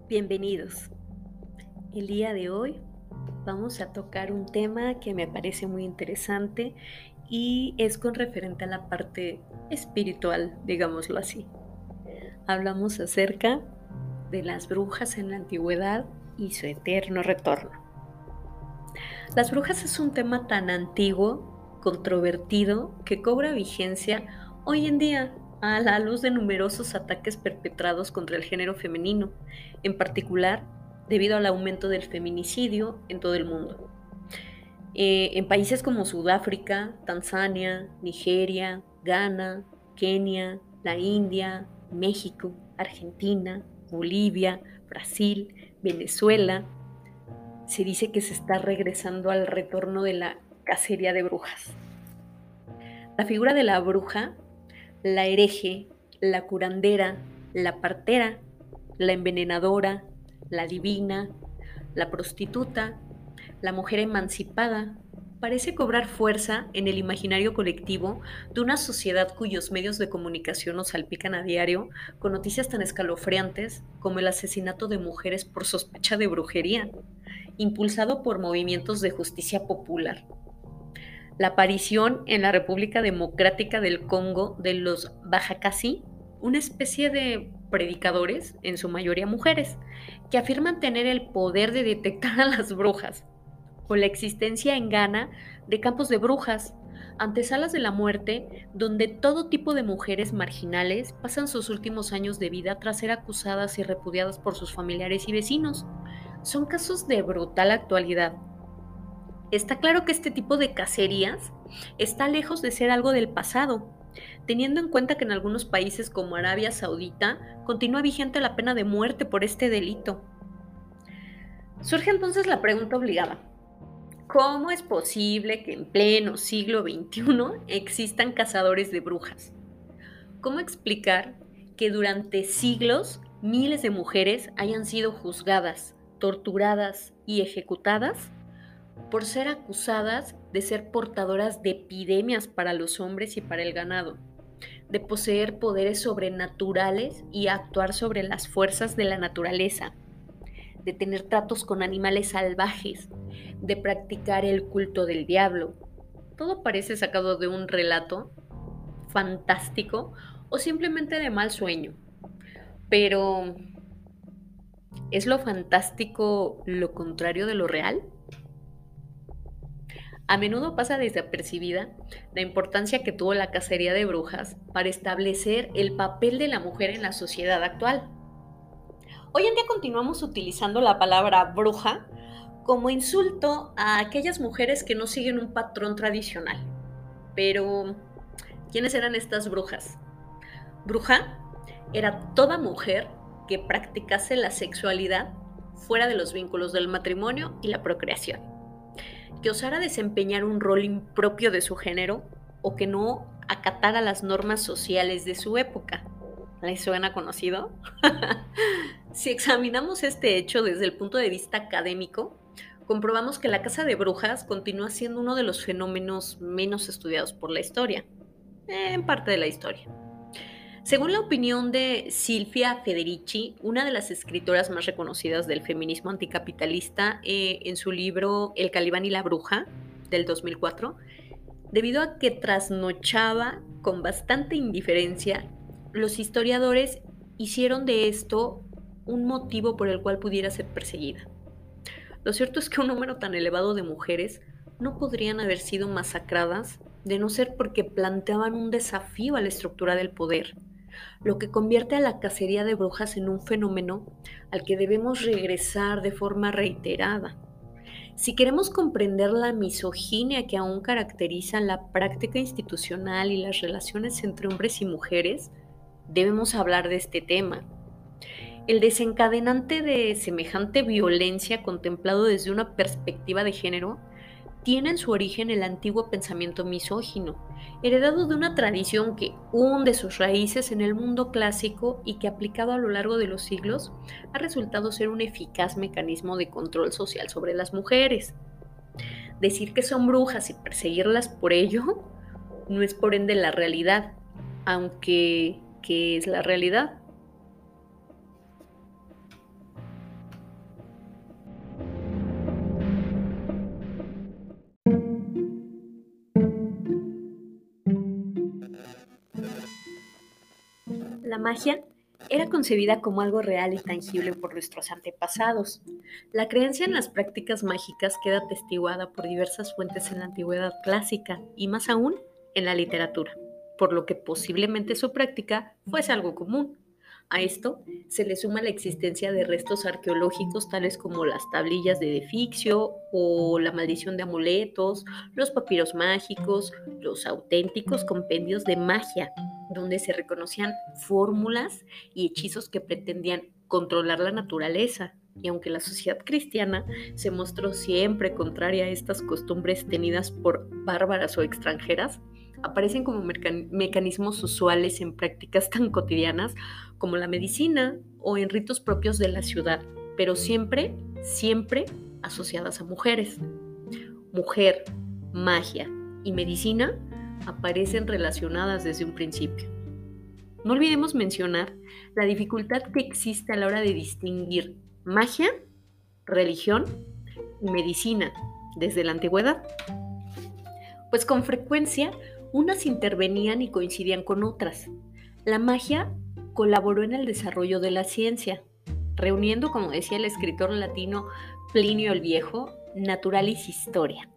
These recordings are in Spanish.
Bienvenidos. El día de hoy vamos a tocar un tema que me parece muy interesante y es con referente a la parte espiritual, digámoslo así. Hablamos acerca de las brujas en la antigüedad y su eterno retorno. Las brujas es un tema tan antiguo, controvertido, que cobra vigencia hoy en día a la luz de numerosos ataques perpetrados contra el género femenino, en particular debido al aumento del feminicidio en todo el mundo. En países como Sudáfrica, Tanzania, Nigeria, Ghana, Kenia, la India, México, Argentina, Bolivia, Brasil, Venezuela, se dice que se está regresando al retorno de la cacería de brujas. La figura de la bruja, la hereje, la curandera, la partera, la envenenadora, la divina, la prostituta, la mujer emancipada, parece cobrar fuerza en el imaginario colectivo de una sociedad cuyos medios de comunicación nos salpican a diario con noticias tan escalofriantes como el asesinato de mujeres por sospecha de brujería, impulsado por movimientos de justicia popular. La aparición en la República Democrática del Congo de los Bajacasí, una especie de predicadores, en su mayoría mujeres, que afirman tener el poder de detectar a las brujas, o la existencia en Ghana de campos de brujas, antesalas de la muerte, donde todo tipo de mujeres marginales pasan sus últimos años de vida tras ser acusadas y repudiadas por sus familiares y vecinos. Son casos de brutal actualidad. Está claro que este tipo de cacerías está lejos de ser algo del pasado, teniendo en cuenta que en algunos países como Arabia Saudita continúa vigente la pena de muerte por este delito. Surge entonces la pregunta obligada: ¿cómo es posible que en pleno siglo XXI existan cazadores de brujas? ¿Cómo explicar que durante siglos miles de mujeres hayan sido juzgadas, torturadas y ejecutadas por ser acusadas de ser portadoras de epidemias para los hombres y para el ganado, de poseer poderes sobrenaturales y actuar sobre las fuerzas de la naturaleza, de tener tratos con animales salvajes, de practicar el culto del diablo? Todo parece sacado de un relato fantástico o simplemente de mal sueño. Pero, ¿es lo fantástico lo contrario de lo real? A menudo pasa desapercibida la importancia que tuvo la cacería de brujas para establecer el papel de la mujer en la sociedad actual. Hoy en día continuamos utilizando la palabra bruja como insulto a aquellas mujeres que no siguen un patrón tradicional. Pero, ¿quiénes eran estas brujas? Bruja era toda mujer que practicase la sexualidad fuera de los vínculos del matrimonio y la procreación, que osara desempeñar un rol impropio de su género o que no acatara las normas sociales de su época. ¿Les suena conocido? Si examinamos este hecho desde el punto de vista académico, comprobamos que la caza de brujas continúa siendo uno de los fenómenos menos estudiados por la historia, en parte de la historia. Según la opinión de Silvia Federici, una de las escritoras más reconocidas del feminismo anticapitalista, en su libro El Calibán y la Bruja, del 2004, debido a que trasnochaba con bastante indiferencia, los historiadores hicieron de esto un motivo por el cual pudiera ser perseguida. Lo cierto es que un número tan elevado de mujeres no podrían haber sido masacradas de no ser porque planteaban un desafío a la estructura del poder, lo que convierte a la cacería de brujas en un fenómeno al que debemos regresar de forma reiterada. Si queremos comprender la misoginia que aún caracteriza la práctica institucional y las relaciones entre hombres y mujeres, debemos hablar de este tema. El desencadenante de semejante violencia contemplado desde una perspectiva de género tiene en su origen el antiguo pensamiento misógino, heredado de una tradición que hunde sus raíces en el mundo clásico y que, aplicado a lo largo de los siglos, ha resultado ser un eficaz mecanismo de control social sobre las mujeres. Decir que son brujas y perseguirlas por ello no es por ende la realidad, aunque ¿qué es la realidad? La magia era concebida como algo real y tangible por nuestros antepasados. La creencia en las prácticas mágicas queda atestiguada por diversas fuentes en la antigüedad clásica y más aún en la literatura, por lo que posiblemente su práctica fuese algo común. A esto se le suma la existencia de restos arqueológicos tales como las tablillas de Edefixio o la maldición de amuletos, los papiros mágicos, los auténticos compendios de magia, donde se reconocían fórmulas y hechizos que pretendían controlar la naturaleza. Y aunque la sociedad cristiana se mostró siempre contraria a estas costumbres tenidas por bárbaras o extranjeras, aparecen como mecanismos usuales en prácticas tan cotidianas como la medicina o en ritos propios de la ciudad, pero siempre, siempre asociadas a mujeres. Mujer, magia y medicina aparecen relacionadas desde un principio. No olvidemos mencionar la dificultad que existe a la hora de distinguir magia, religión y medicina desde la antigüedad, pues con frecuencia unas intervenían y coincidían con otras. La magia colaboró en el desarrollo de la ciencia, reuniendo, como decía el escritor latino Plinio el Viejo, naturalis historia,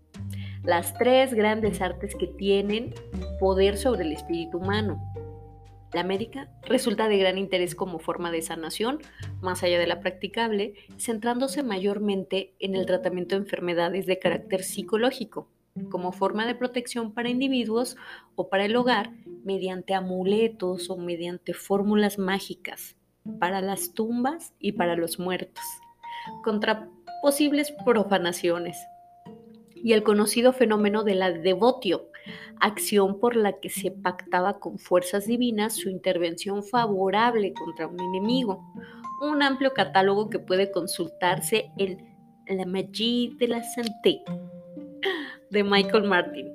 las tres grandes artes que tienen poder sobre el espíritu humano. La médica resulta de gran interés como forma de sanación, más allá de la practicable, centrándose mayormente en el tratamiento de enfermedades de carácter psicológico, como forma de protección para individuos o para el hogar mediante amuletos o mediante fórmulas mágicas, para las tumbas y para los muertos, contra posibles profanaciones. Y el conocido fenómeno de la devotio, acción por la que se pactaba con fuerzas divinas su intervención favorable contra un enemigo. Un amplio catálogo que puede consultarse en La Magie de la Santé de Michael Martin,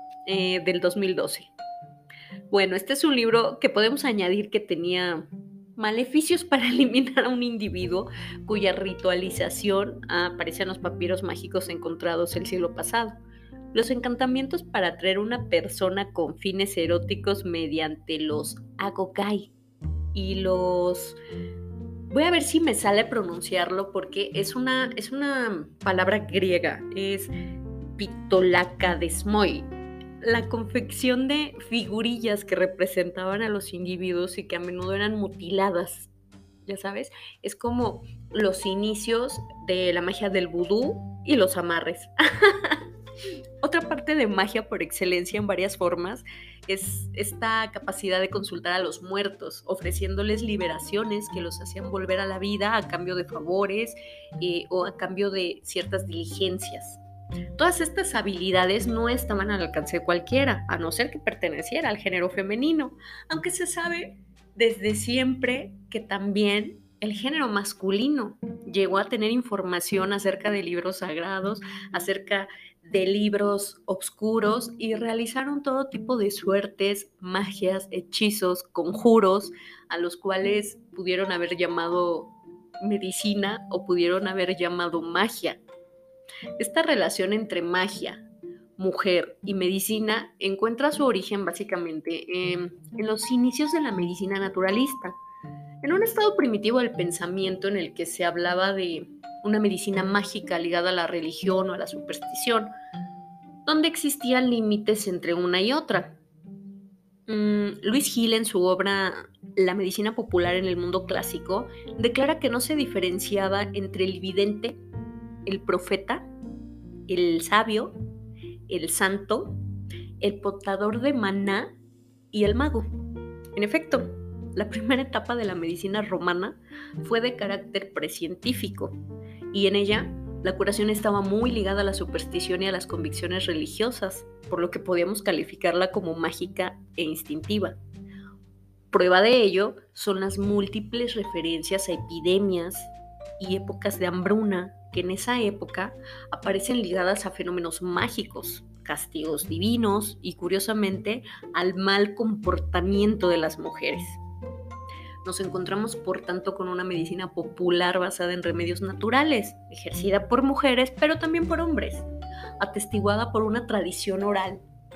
del 2012. Bueno, este es un libro que podemos añadir que tenía maleficios para eliminar a un individuo cuya ritualización aparece en los papiros mágicos encontrados el siglo pasado. Los encantamientos para atraer a una persona con fines eróticos mediante los agogai y los... Voy a ver si me sale pronunciarlo porque es una palabra griega, es pitolacadesmoi. La confección de figurillas que representaban a los individuos y que a menudo eran mutiladas, ya sabes, es como los inicios de la magia del vudú y los amarres. Otra parte de magia por excelencia en varias formas es esta capacidad de consultar a los muertos, ofreciéndoles liberaciones que los hacían volver a la vida a cambio de favores o a cambio de ciertas diligencias. Todas estas habilidades no estaban al alcance de cualquiera, a no ser que perteneciera al género femenino, aunque se sabe desde siempre que también el género masculino llegó a tener información acerca de libros sagrados, acerca de libros oscuros y realizaron todo tipo de suertes, magias, hechizos, conjuros, a los cuales pudieron haber llamado medicina o pudieron haber llamado magia. Esta relación entre magia, mujer y medicina encuentra su origen básicamente en los inicios de la medicina naturalista, en un estado primitivo del pensamiento en el que se hablaba de una medicina mágica ligada a la religión o a la superstición, donde existían límites entre una y otra. Louis Hill, en su obra La medicina popular en el mundo clásico, declara que no se diferenciaba entre el vidente, el profeta, el sabio, el santo, el portador de maná y el mago. En efecto, la primera etapa de la medicina romana fue de carácter precientífico y en ella la curación estaba muy ligada a la superstición y a las convicciones religiosas, por lo que podíamos calificarla como mágica e instintiva. Prueba de ello son las múltiples referencias a epidemias y épocas de hambruna que en esa época aparecen ligadas a fenómenos mágicos, castigos divinos y, curiosamente, al mal comportamiento de las mujeres. Nos encontramos, por tanto, con una medicina popular basada en remedios naturales, ejercida por mujeres, pero también por hombres, atestiguada por una tradición oral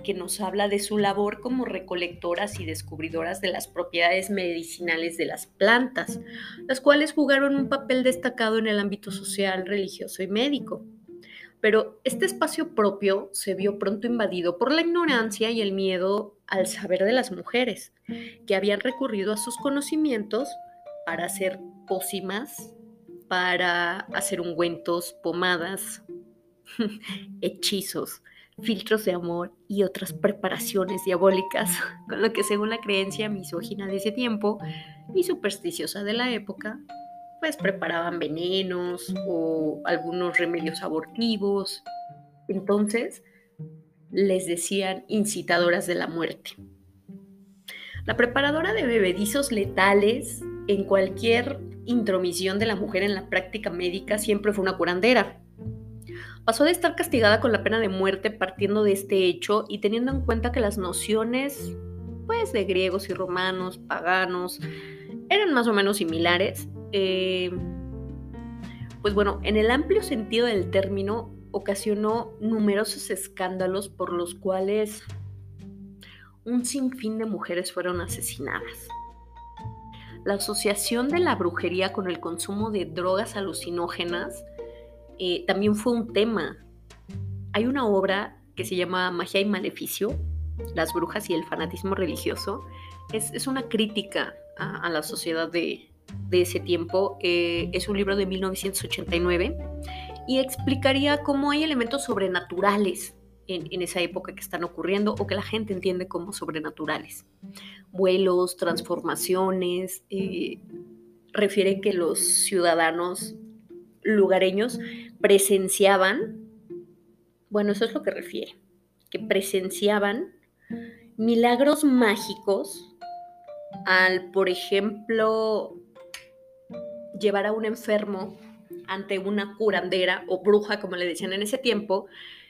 que nos habla de su labor como recolectoras y descubridoras de las propiedades medicinales de las plantas, las cuales jugaron un papel destacado en el ámbito social, religioso y médico. Pero este espacio propio se vio pronto invadido por la ignorancia y el miedo al saber de las mujeres, que habían recurrido a sus conocimientos para hacer pócimas, para hacer ungüentos, pomadas, hechizos, filtros de amor y otras preparaciones diabólicas, con lo que según la creencia misógina de ese tiempo y supersticiosa de la época, pues preparaban venenos o algunos remedios abortivos. Entonces les decían incitadoras de la muerte. La preparadora de bebedizos letales en cualquier intromisión de la mujer en la práctica médica siempre fue una curandera. Pasó de estar castigada con la pena de muerte partiendo de este hecho y teniendo en cuenta que las nociones, pues, de griegos y romanos, paganos, eran más o menos similares. Pues bueno, en el amplio sentido del término, ocasionó numerosos escándalos por los cuales un sinfín de mujeres fueron asesinadas. La asociación de la brujería con el consumo de drogas alucinógenas también fue un tema. Hay una obra que se llama Magia y Maleficio, las brujas y el fanatismo religioso. Es una crítica a la sociedad de ese tiempo. Es un libro de 1989 y explicaría cómo hay elementos sobrenaturales en esa época que están ocurriendo o que la gente entiende como sobrenaturales. Vuelos, transformaciones, refiere que los ciudadanos lugareños presenciaban, bueno, eso es lo que refiere, que presenciaban milagros mágicos al, por ejemplo, llevar a un enfermo ante una curandera o bruja, como le decían en ese tiempo,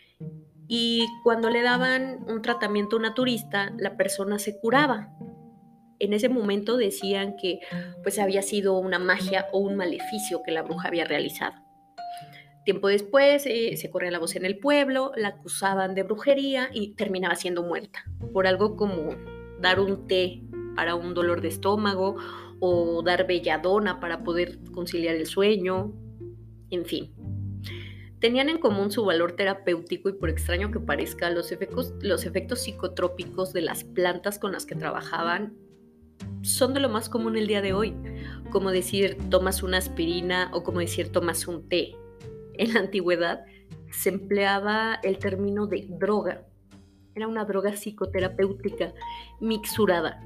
y cuando le daban un tratamiento naturista, la persona se curaba. En ese momento decían que pues había sido una magia o un maleficio que la bruja había realizado. Tiempo después se corría la voz en el pueblo, la acusaban de brujería y terminaba siendo muerta por algo como dar un té para un dolor de estómago o dar belladona para poder conciliar el sueño, en fin. Tenían en común su valor terapéutico y, por extraño que parezca, los efectos psicotrópicos de las plantas con las que trabajaban son de lo más común el día de hoy, como decir tomas una aspirina o como decir tomas un té. En la antigüedad se empleaba el término de droga. Era una droga psicoterapéutica mixurada.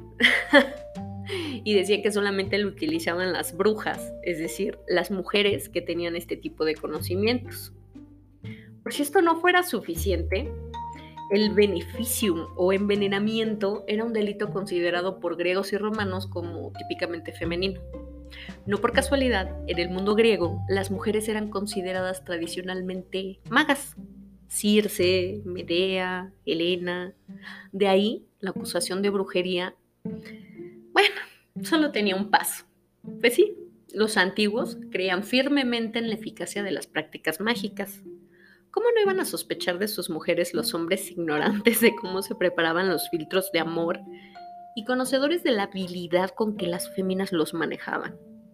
Y decían que solamente lo utilizaban las brujas, es decir, las mujeres que tenían este tipo de conocimientos. Por si esto no fuera suficiente, el beneficium o envenenamiento era un delito considerado por griegos y romanos como típicamente femenino. No por casualidad, en el mundo griego, las mujeres eran consideradas tradicionalmente magas. Circe, Medea, Helena. De ahí la acusación de brujería. Bueno, solo tenía un paso. Pues sí, los antiguos creían firmemente en la eficacia de las prácticas mágicas. ¿Cómo no iban a sospechar de sus mujeres los hombres ignorantes de cómo se preparaban los filtros de amor y conocedores de la habilidad con que las féminas los manejaban?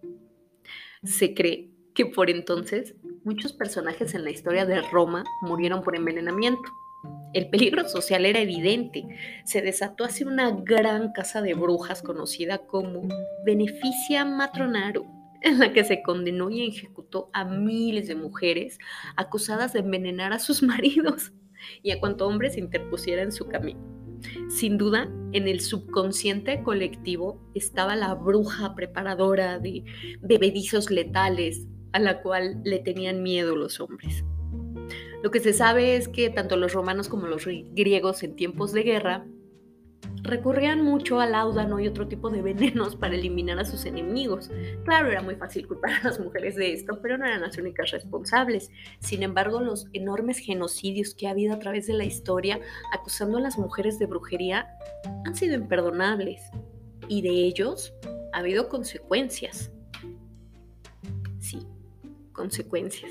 Se cree que por entonces muchos personajes en la historia de Roma murieron por envenenamiento. El peligro social era evidente. Se desató así una gran casa de brujas conocida como Beneficia Matronarum, en la que se condenó y ejecutó a miles de mujeres acusadas de envenenar a sus maridos y a cuanto hombre se interpusiera en su camino. Sin duda, en el subconsciente colectivo estaba la bruja preparadora de bebedizos letales a la cual le tenían miedo los hombres. Lo que se sabe es que tanto los romanos como los griegos en tiempos de guerra recurrían mucho al láudano y otro tipo de venenos para eliminar a sus enemigos. Claro, era muy fácil culpar a las mujeres de esto, pero no eran las únicas responsables. Sin embargo, los enormes genocidios que ha habido a través de la historia acusando a las mujeres de brujería han sido imperdonables y de ellos ha habido consecuencias. Sí, consecuencias.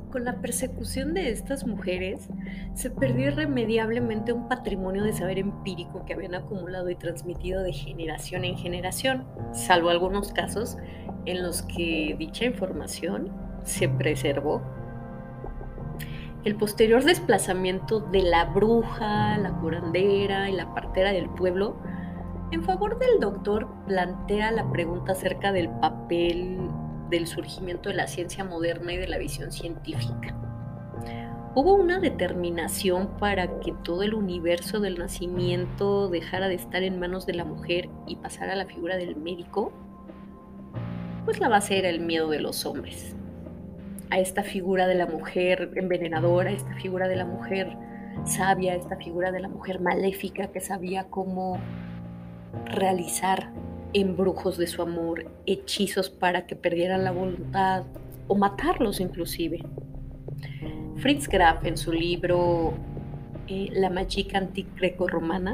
Con la persecución de estas mujeres, se perdió irremediablemente un patrimonio de saber empírico que habían acumulado y transmitido de generación en generación, salvo algunos casos en los que dicha información se preservó. El posterior desplazamiento de la bruja, la curandera y la partera del pueblo en favor del doctor plantea la pregunta acerca del papel del surgimiento de la ciencia moderna y de la visión científica. Hubo una determinación para que todo el universo del nacimiento dejara de estar en manos de la mujer y pasara a la figura del médico. Pues la base era el miedo de los hombres a esta figura de la mujer envenenadora, a esta figura de la mujer sabia, a esta figura de la mujer maléfica que sabía cómo realizar embrujos de su amor, hechizos para que perdieran la voluntad o matarlos inclusive. Fritz Graf, en su libro La Magica Antique Greco-Romana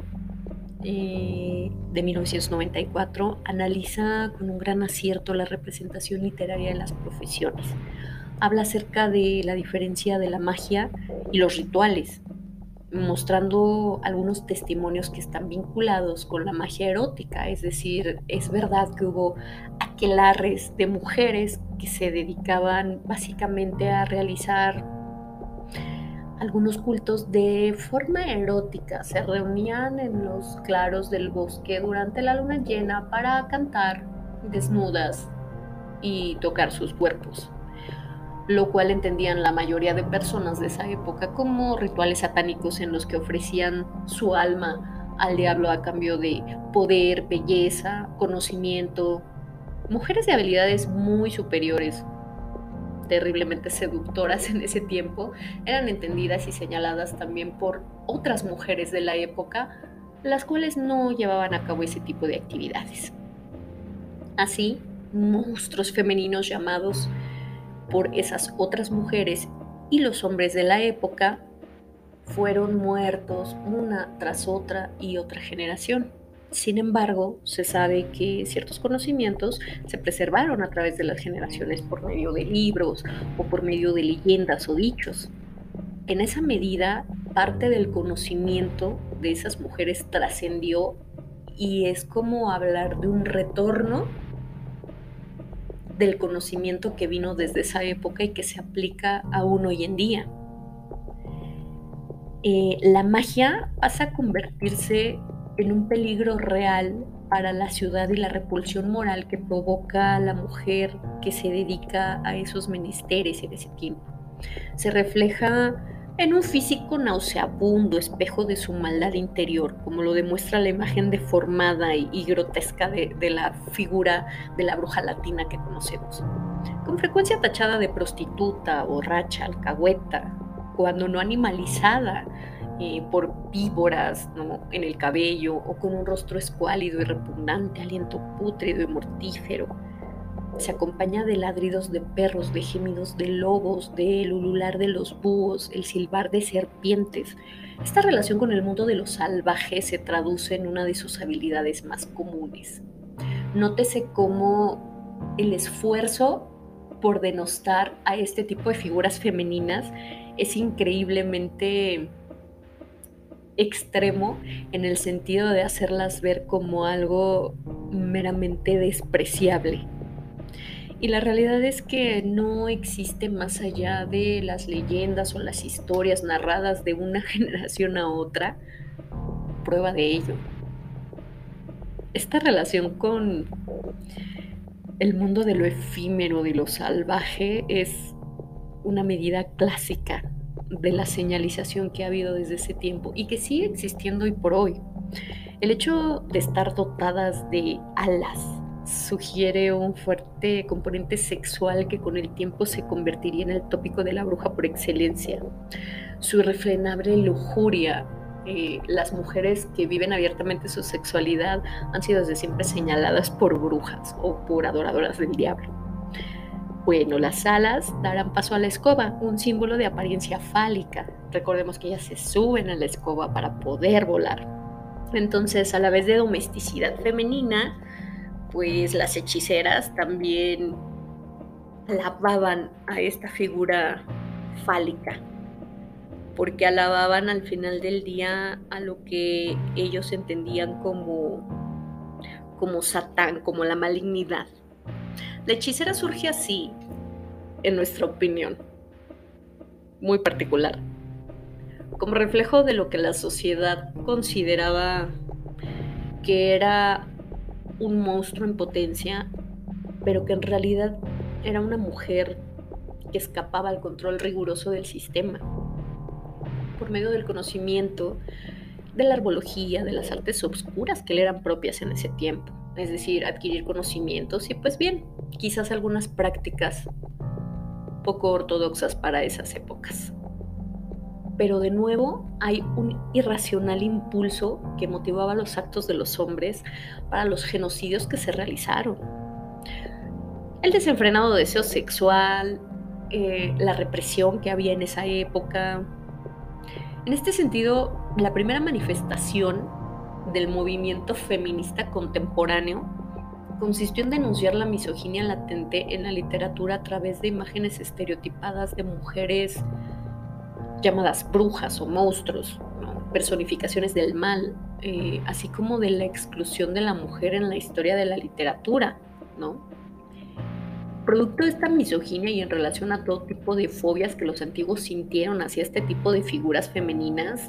de 1994, analiza con un gran acierto la representación literaria de las profesiones. Habla acerca de la diferencia de la magia y los rituales, mostrando algunos testimonios que están vinculados con la magia erótica, es decir, es verdad que hubo aquelarres de mujeres que se dedicaban básicamente a realizar algunos cultos de forma erótica, se reunían en los claros del bosque durante la luna llena para cantar desnudas y tocar sus cuerpos, lo cual entendían la mayoría de personas de esa época como rituales satánicos en los que ofrecían su alma al diablo a cambio de poder, belleza, conocimiento. Mujeres de habilidades muy superiores, terriblemente seductoras en ese tiempo, eran entendidas y señaladas también por otras mujeres de la época, las cuales no llevaban a cabo ese tipo de actividades. Así, monstruos femeninos llamados por esas otras mujeres y los hombres de la época fueron muertos una tras otra y otra generación. Sin embargo, se sabe que ciertos conocimientos se preservaron a través de las generaciones por medio de libros o por medio de leyendas o dichos. En esa medida, parte del conocimiento de esas mujeres trascendió y es como hablar de un retorno del conocimiento que vino desde esa época y que se aplica aún hoy en día. La magia pasa a convertirse en un peligro real para la ciudad y la repulsión moral que provoca la mujer que se dedica a esos menesteres en ese tiempo. Se refleja en un físico nauseabundo, espejo de su maldad interior, como lo demuestra la imagen deformada y grotesca de la figura de la bruja latina que conocemos. Con frecuencia tachada de prostituta, borracha, alcahueta, cuando no animalizada por víboras, ¿no?, en el cabello, o con un rostro escuálido y repugnante, aliento pútrido y mortífero. Se acompaña de ladridos de perros, de gemidos de lobos, del ulular de los búhos, el silbar de serpientes. Esta relación con el mundo de lo salvaje se traduce en una de sus habilidades más comunes. Nótese cómo el esfuerzo por denostar a este tipo de figuras femeninas es increíblemente extremo en el sentido de hacerlas ver como algo meramente despreciable. Y la realidad es que no existe más allá de las leyendas o las historias narradas de una generación a otra prueba de ello. Esta relación con el mundo de lo efímero, de lo salvaje, es una medida clásica de la señalización que ha habido desde ese tiempo y que sigue existiendo hoy por hoy. El hecho de estar dotadas de alas sugiere un fuerte componente sexual que con el tiempo se convertiría en el tópico de la bruja por excelencia. Su irrefrenable lujuria. Las mujeres que viven abiertamente su sexualidad han sido desde siempre señaladas por brujas o por adoradoras del diablo. Bueno, las alas darán paso a la escoba, un símbolo de apariencia fálica. Recordemos que ellas se suben a la escoba para poder volar. Entonces, a la vez de domesticidad femenina, pues las hechiceras también alababan a esta figura fálica, porque alababan al final del día a lo que ellos entendían como Satán, como la malignidad. La hechicera surge así, en nuestra opinión, muy particular, como reflejo de lo que la sociedad consideraba que era un monstruo en potencia, pero que en realidad era una mujer que escapaba al control riguroso del sistema, por medio del conocimiento de la herbología, de las artes obscuras que le eran propias en ese tiempo, es decir, adquirir conocimientos y pues bien, quizás algunas prácticas poco ortodoxas para esas épocas. Pero de nuevo hay un irracional impulso que motivaba los actos de los hombres para los genocidios que se realizaron. El desenfrenado deseo sexual, la represión que había en esa época. En este sentido, la primera manifestación del movimiento feminista contemporáneo consistió en denunciar la misoginia latente en la literatura a través de imágenes estereotipadas de mujeres llamadas brujas o monstruos, ¿no? Personificaciones del mal, así como de la exclusión de la mujer en la historia de la literatura, ¿no? Producto de esta misoginia y en relación a todo tipo de fobias que los antiguos sintieron hacia este tipo de figuras femeninas,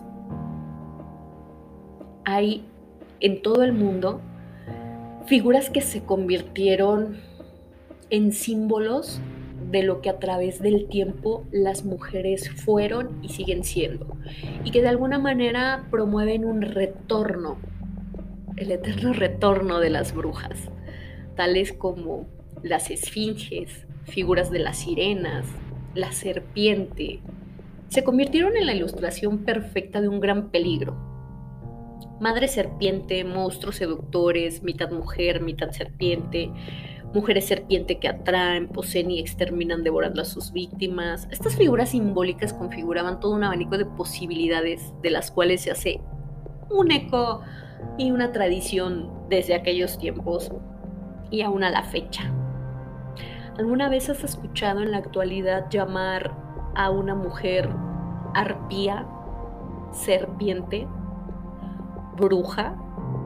hay en todo el mundo figuras que se convirtieron en símbolos de lo que a través del tiempo las mujeres fueron y siguen siendo, y que de alguna manera promueven un retorno, el eterno retorno de las brujas, tales como las esfinges, figuras de las sirenas, la serpiente. Se convirtieron en la ilustración perfecta de un gran peligro. Madre serpiente, monstruos seductores, mitad mujer, mitad serpiente, mujeres serpiente que atraen, poseen y exterminan devorando a sus víctimas. Estas figuras simbólicas configuraban todo un abanico de posibilidades de las cuales se hace un eco y una tradición desde aquellos tiempos y aún a la fecha. ¿Alguna vez has escuchado en la actualidad llamar a una mujer arpía, serpiente, bruja?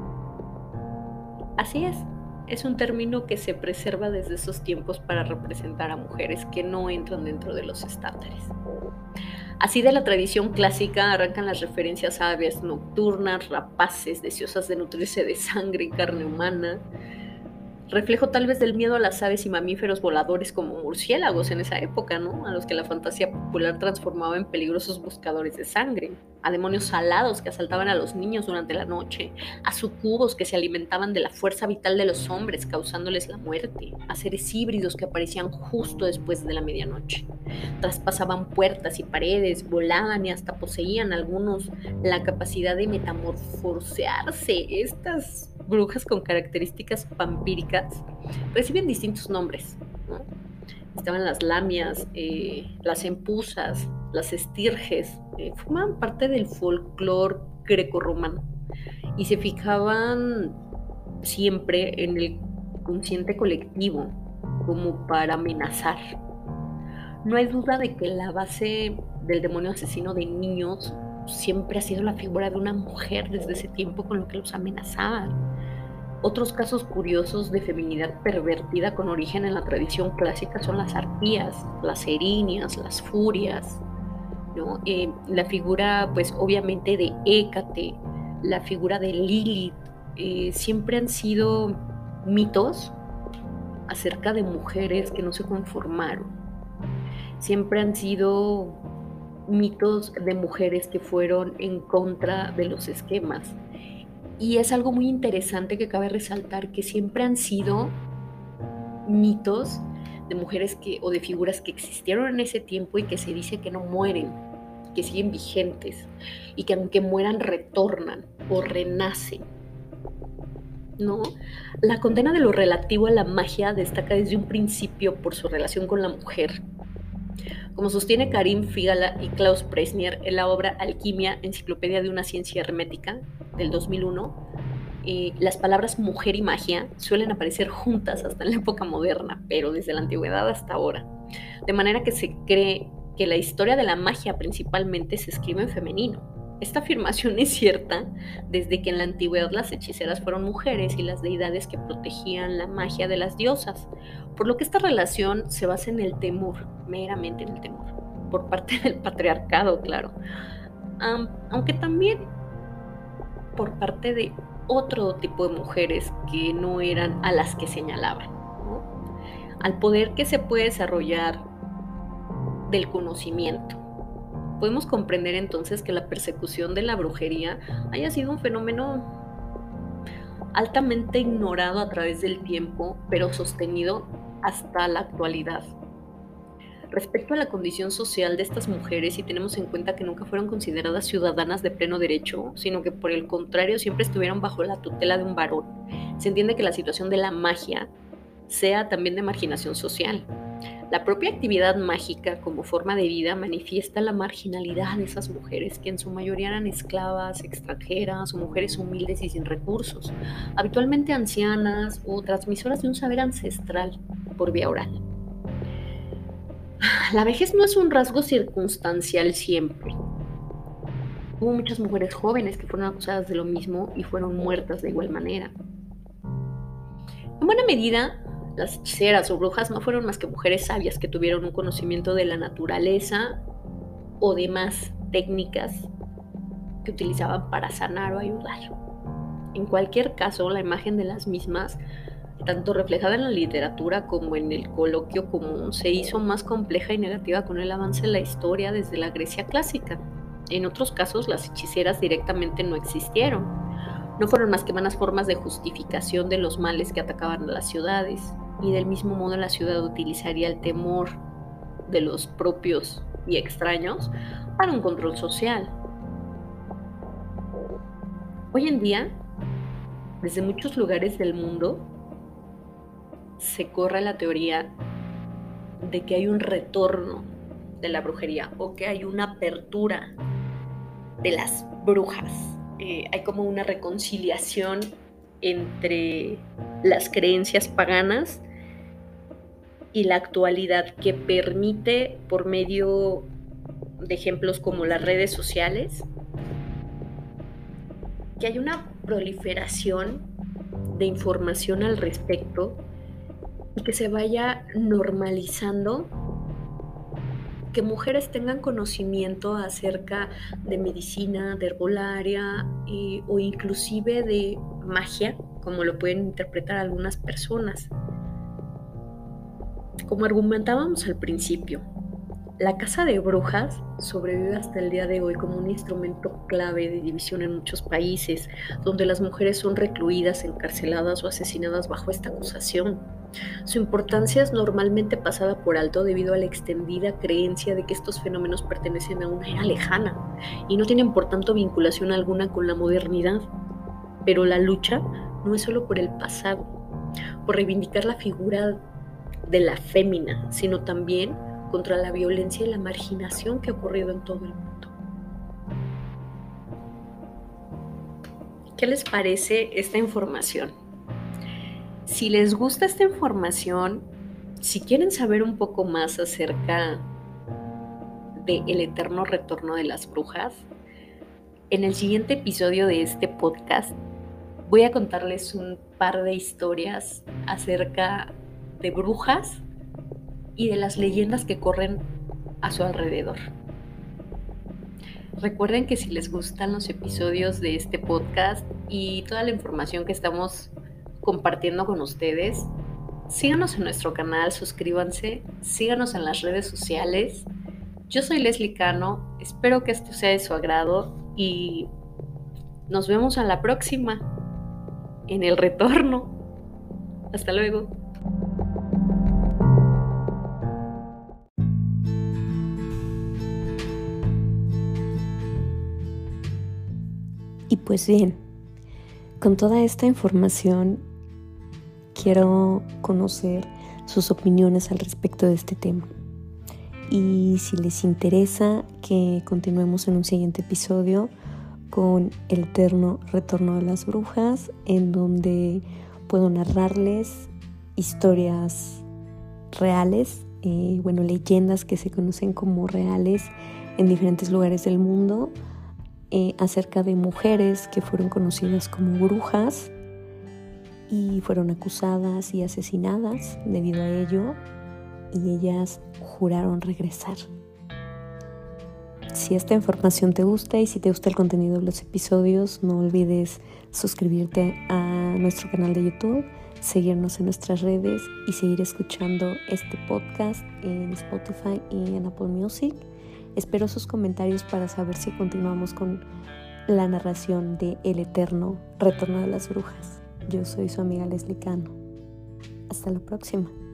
Así es un término que se preserva desde esos tiempos para representar a mujeres que no entran dentro de los estándares. Así de la tradición clásica arrancan las referencias a aves nocturnas, rapaces, deseosas de nutrirse de sangre y carne humana, reflejo tal vez del miedo a las aves y mamíferos voladores como murciélagos en esa época, ¿no? A los que la fantasía popular transformaba en peligrosos buscadores de sangre, a demonios salados que asaltaban a los niños durante la noche, a sucubos que se alimentaban de la fuerza vital de los hombres causándoles la muerte, a seres híbridos que aparecían justo después de la medianoche. Traspasaban puertas y paredes, volaban y hasta poseían algunos la capacidad de metamorfosearse. Estas brujas con características vampíricas reciben distintos nombres, ¿no? Estaban las lamias, las empuzas, las estirges, formaban parte del folclore grecorromano y se fijaban siempre en el consciente colectivo como para amenazar. No hay duda de que la base del demonio asesino de niños siempre ha sido la figura de una mujer desde ese tiempo con lo que los amenazaban. Otros casos curiosos de feminidad pervertida con origen en la tradición clásica son las arpías, las erinias, las furias, ¿no? La figura, pues obviamente de Hécate, la figura de Lilith, siempre han sido mitos acerca de mujeres que no se conformaron. Siempre han sido mitos de mujeres que fueron en contra de los esquemas. Y es algo muy interesante que cabe resaltar, que siempre han sido mitos de mujeres o de figuras que existieron en ese tiempo y que se dice que no mueren, que siguen vigentes y que aunque mueran retornan o renacen, ¿no? La condena de lo relativo a la magia destaca desde un principio por su relación con la mujer. Como sostiene Karim Figala y Klaus Presnier en la obra Alquimia, Enciclopedia de una ciencia hermética, del 2001, las palabras mujer y magia suelen aparecer juntas hasta en la época moderna, pero desde la antigüedad hasta ahora. De manera que se cree que la historia de la magia principalmente se escribe en femenino. Esta afirmación es cierta desde que en la antigüedad las hechiceras fueron mujeres y las deidades que protegían la magia de las diosas, por lo que esta relación se basa en el temor, meramente en el temor, por parte del patriarcado, claro, aunque también por parte de otro tipo de mujeres que no eran a las que señalaban, ¿no? Al poder que se puede desarrollar del conocimiento. Podemos comprender entonces que la persecución de la brujería haya sido un fenómeno altamente ignorado a través del tiempo, pero sostenido hasta la actualidad. Respecto a la condición social de estas mujeres, si tenemos en cuenta que nunca fueron consideradas ciudadanas de pleno derecho, sino que por el contrario siempre estuvieron bajo la tutela de un varón, se entiende que la situación de la magia sea también de marginación social. La propia actividad mágica como forma de vida manifiesta la marginalidad de esas mujeres que en su mayoría eran esclavas, extranjeras o mujeres humildes y sin recursos, habitualmente ancianas o transmisoras de un saber ancestral por vía oral. La vejez no es un rasgo circunstancial siempre. Hubo muchas mujeres jóvenes que fueron acusadas de lo mismo y fueron muertas de igual manera. En buena medida, las hechiceras o brujas no fueron más que mujeres sabias que tuvieron un conocimiento de la naturaleza o demás técnicas que utilizaban para sanar o ayudar. En cualquier caso, la imagen de las mismas, tanto reflejada en la literatura como en el coloquio común, se hizo más compleja y negativa con el avance de la historia desde la Grecia clásica. En otros casos, las hechiceras directamente no existieron. No fueron más que vanas formas de justificación de los males que atacaban a las ciudades, y del mismo modo la ciudad utilizaría el temor de los propios y extraños para un control social. Hoy en día, desde muchos lugares del mundo, se corre la teoría de que hay un retorno de la brujería o que hay una apertura de las brujas. Hay como una reconciliación entre las creencias paganas y la actualidad que permite, por medio de ejemplos como las redes sociales, que hay una proliferación de información al respecto y que se vaya normalizando que mujeres tengan conocimiento acerca de medicina, de herbolaria o inclusive de magia, como lo pueden interpretar algunas personas. Como argumentábamos al principio, la caza de brujas sobrevive hasta el día de hoy como un instrumento clave de división en muchos países, donde las mujeres son recluidas, encarceladas o asesinadas bajo esta acusación. Su importancia es normalmente pasada por alto debido a la extendida creencia de que estos fenómenos pertenecen a una era lejana y no tienen por tanto vinculación alguna con la modernidad. Pero la lucha no es solo por el pasado, por reivindicar la figura de la fémina, sino también contra la violencia y la marginación que ha ocurrido en todo el mundo. ¿Qué les parece esta información? Si les gusta esta información, si quieren saber un poco más acerca del eterno retorno de las brujas, en el siguiente episodio de este podcast voy a contarles un par de historias acerca de brujas y de las leyendas que corren a su alrededor. Recuerden que si les gustan los episodios de este podcast y toda la información que estamos compartiendo con ustedes, síganos en nuestro canal, suscríbanse, síganos en las redes sociales. Yo soy Leslie Cano, espero que esto sea de su agrado y nos vemos a la próxima, en el retorno. Hasta luego. Y pues bien, con toda esta información quiero conocer sus opiniones al respecto de este tema. Y si les interesa que continuemos en un siguiente episodio con el eterno retorno de las brujas, en donde puedo narrarles historias reales leyendas que se conocen como reales en diferentes lugares del mundo, acerca de mujeres que fueron conocidas como brujas y fueron acusadas y asesinadas debido a ello, y ellas juraron regresar. Si esta información te gusta y si te gusta el contenido de los episodios, no olvides suscribirte a nuestro canal de YouTube, seguirnos en nuestras redes y seguir escuchando este podcast en Spotify y en Apple Music. Espero sus comentarios para saber si continuamos con la narración de El Eterno Retorno de las Brujas. Yo soy su amiga Leslie Cano. Hasta la próxima.